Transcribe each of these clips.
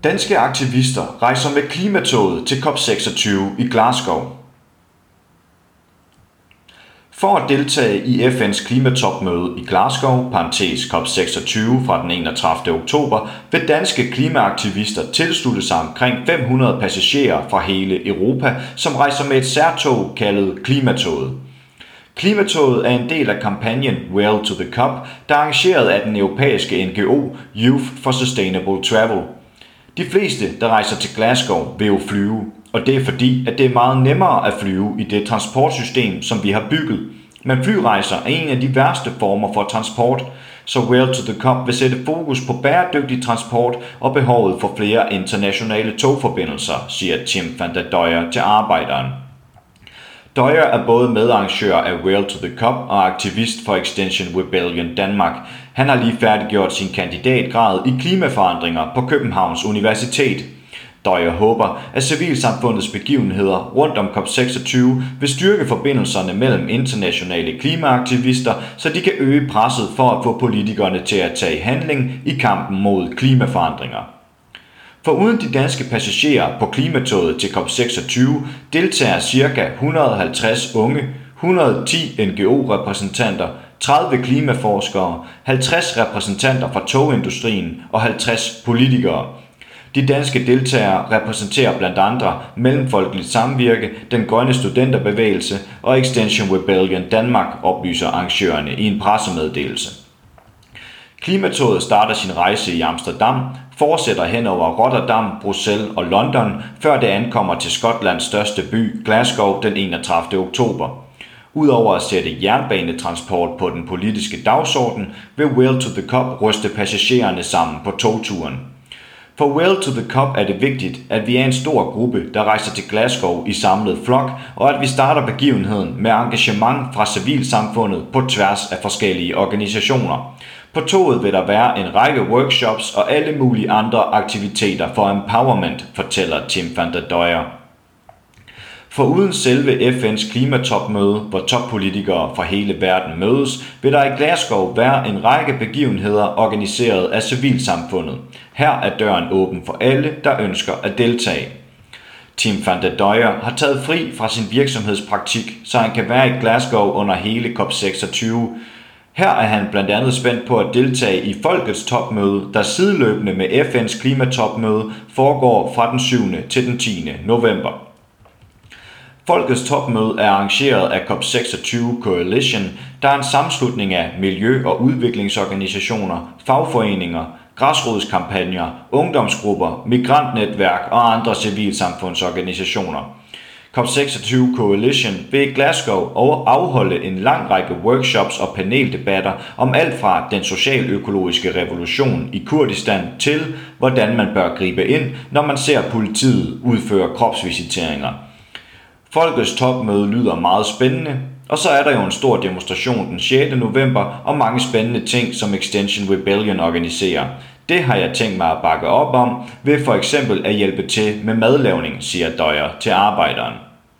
Danske aktivister rejser med klimatoget til COP26 i Glasgow. For at deltage i FN's klimatopmøde i Glasgow, COP26 fra den 31. oktober, vil danske klimaaktivister tilslutte sig omkring 500 passagerer fra hele Europa, som rejser med et særtog kaldet Klimatoget. Klimatoget er en del af kampagnen Well to the COP, der er arrangeret af den europæiske NGO Youth for Sustainable Travel. De fleste, der rejser til Glasgow, vil jo flyve, og det er fordi, at det er meget nemmere at flyve i det transportsystem, som vi har bygget. Men flyrejser er en af de værste former for transport, så Well to the COP vil sætte fokus på bæredygtig transport og behovet for flere internationale togforbindelser, siger Tim van der Døyer til Arbejderen. Døyer er både medarrangør af Well to the COP og aktivist for Extinction Rebellion Danmark. Han har lige færdiggjort sin kandidatgrad i klimaforandringer på Københavns Universitet. Døyer håber, at civilsamfundets begivenheder rundt om COP26 vil styrke forbindelserne mellem internationale klimaaktivister, så de kan øge presset for at få politikerne til at tage handling i kampen mod klimaforandringer. Foruden de danske passagerer på klimatoget til COP26 deltager ca. 150 unge, 110 NGO-repræsentanter, 30 klimaforskere, 50 repræsentanter fra togindustrien og 50 politikere. De danske deltagere repræsenterer blandt andre Mellemfolkeligt Samvirke, Den Grønne Studenterbevægelse og Extinction Rebellion Danmark, oplyser arrangørerne i en pressemeddelelse. Klimatoget starter sin rejse i Amsterdam, fortsætter hen over Rotterdam, Bruxelles og London, før det ankommer til Skotlands største by, Glasgow, den 31. oktober. Udover at sætte jernbanetransport på den politiske dagsorden, vil Well to the COP ryste passagererne sammen på togturen. For Well to the COP er det vigtigt, at vi er en stor gruppe, der rejser til Glasgow i samlet flok, og at vi starter begivenheden med engagement fra civilsamfundet på tværs af forskellige organisationer. På toget vil der være en række workshops og alle mulige andre aktiviteter for empowerment, fortæller Tim van der Døyer. Foruden selve FN's klimatopmøde, hvor toppolitikere fra hele verden mødes, vil der i Glasgow være en række begivenheder organiseret af civilsamfundet. Her er døren åben for alle, der ønsker at deltage. Tim van der Døyer har taget fri fra sin virksomhedspraktik, så han kan være i Glasgow under hele COP26. Her er han blandt andet spændt på at deltage i Folkets topmøde, der sideløbende med FN's klimatopmøde foregår fra den 7. til den 10. november. Folkets topmøde er arrangeret af COP26 Coalition, der er en sammenslutning af miljø- og udviklingsorganisationer, fagforeninger, græsrodskampagner, ungdomsgrupper, migrantnetværk og andre civilsamfundsorganisationer. COP26 Coalition vil i Glasgow afholde en lang række workshops og paneldebatter om alt fra den socialøkologiske revolution i Kurdistan til, hvordan man bør gribe ind, når man ser politiet udføre kropsvisiteringer. Folkets topmøde lyder meget spændende, og så er der jo en stor demonstration den 6. november og mange spændende ting, som Extinction Rebellion organiserer. Det har jeg tænkt mig at bakke op om, ved for eksempel at hjælpe til med madlavning, siger Døyer til Arbejderen.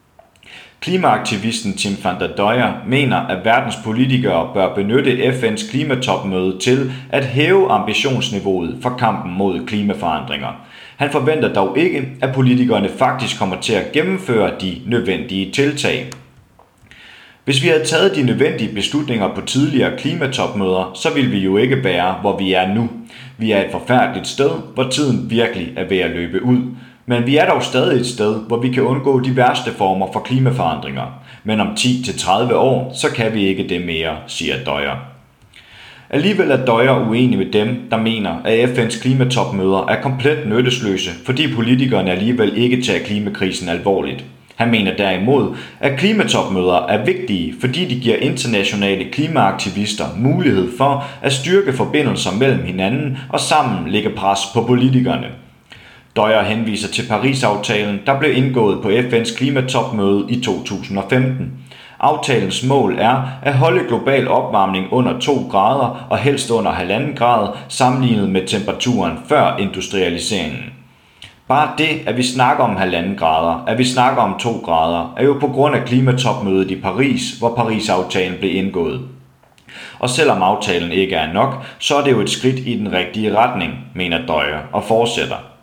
Klimaaktivisten Tim van der Døyer mener, at verdens politikere bør benytte FN's klimatopmøde til at hæve ambitionsniveauet for kampen mod klimaforandringer. Han forventer dog ikke, at politikerne faktisk kommer til at gennemføre de nødvendige tiltag. Hvis vi havde taget de nødvendige beslutninger på tidligere klimatopmøder, så ville vi jo ikke være, hvor vi er nu. Vi er et forfærdeligt sted, hvor tiden virkelig er ved at løbe ud. Men vi er dog stadig et sted, hvor vi kan undgå de værste former for klimaforandringer. Men om 10-30 år, så kan vi ikke det mere, siger Døyer. Alligevel er Døyer uenig med dem, der mener, at FN's klimatopmøder er komplet nyttesløse, fordi politikerne alligevel ikke tager klimakrisen alvorligt. Han mener derimod, at klimatopmøder er vigtige, fordi de giver internationale klimaaktivister mulighed for at styrke forbindelser mellem hinanden og sammen lægge pres på politikerne. Døyer henviser til Paris-aftalen, der blev indgået på FN's klimatopmøde i 2015. Aftalens mål er at holde global opvarmning under 2 grader og helst under 1,5 grad sammenlignet med temperaturen før industrialiseringen. Bare det, at vi snakker om 1,5 grader, at vi snakker om 2 grader, er jo på grund af klimatopmødet i Paris, hvor Paris-aftalen blev indgået. Og selvom aftalen ikke er nok, så er det jo et skridt i den rigtige retning, mener Døyer og fortsætter.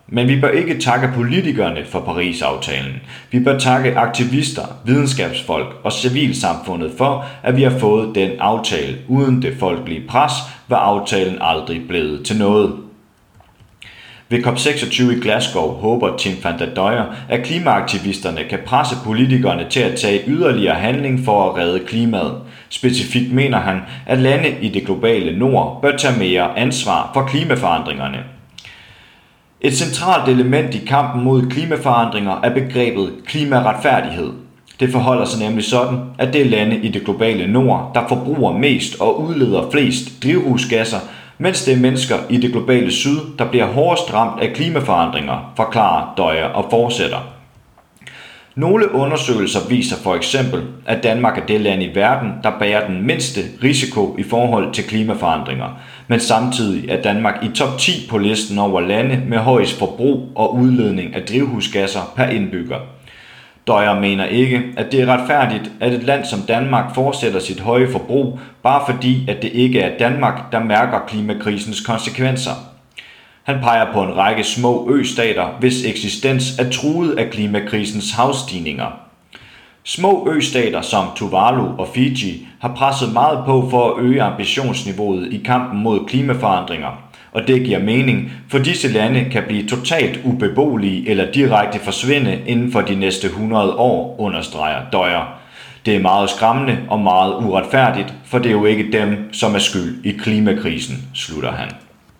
Men vi bør ikke takke politikerne for Paris-aftalen. Vi bør takke aktivister, videnskabsfolk og civilsamfundet for, at vi har fået den aftale. Uden det folkelige pres var aftalen aldrig blevet til noget. Ved COP26 i Glasgow håber Tim van der Døyer, at klimaaktivisterne kan presse politikerne til at tage yderligere handling for at redde klimaet. Specifikt mener han, at lande i det globale nord bør tage mere ansvar for klimaforandringerne. Et centralt element i kampen mod klimaforandringer er begrebet klimaretfærdighed. Det forholder sig nemlig sådan, at det er lande i det globale nord, der forbruger mest og udleder flest drivhusgasser, mens det er mennesker i det globale syd, der bliver hårdest ramt af klimaforandringer, forklarer Døyer og fortsætter. Nogle undersøgelser viser for eksempel, at Danmark er det land i verden, der bærer den mindste risiko i forhold til klimaforandringer, men samtidig er Danmark i top 10 på listen over lande med højest forbrug og udledning af drivhusgasser per indbygger. Døyer mener ikke, at det er retfærdigt, at et land som Danmark fortsætter sit høje forbrug, bare fordi, at det ikke er Danmark, der mærker klimakrisens konsekvenser. Han peger på en række små østater, hvis eksistens er truet af klimakrisens havstigninger. Små østater som Tuvalu og Fiji har presset meget på for at øge ambitionsniveauet i kampen mod klimaforandringer, og det giver mening, for disse lande kan blive totalt ubeboelige eller direkte forsvinde inden for de næste 100 år, understreger Døyer. Det er meget skræmmende og meget uretfærdigt, for det er jo ikke dem, som er skyld i klimakrisen, slutter han.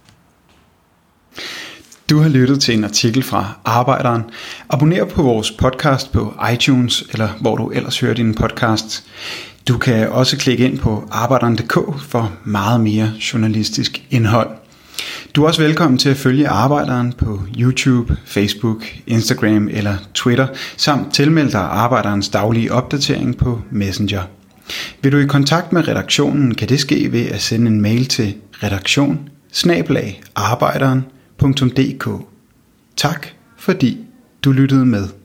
Du har lyttet til en artikel fra Arbejderen. Abonner på vores podcast på iTunes, eller hvor du ellers hører dine podcasts. Du kan også klikke ind på arbejderen.dk for meget mere journalistisk indhold. Du er også velkommen til at følge Arbejderen på YouTube, Facebook, Instagram eller Twitter, samt tilmelde dig Arbejderens daglige opdatering på Messenger. Vil du i kontakt med redaktionen, kan det ske ved at sende en mail til redaktion@arbejderen.dk. Tak fordi du lyttede med.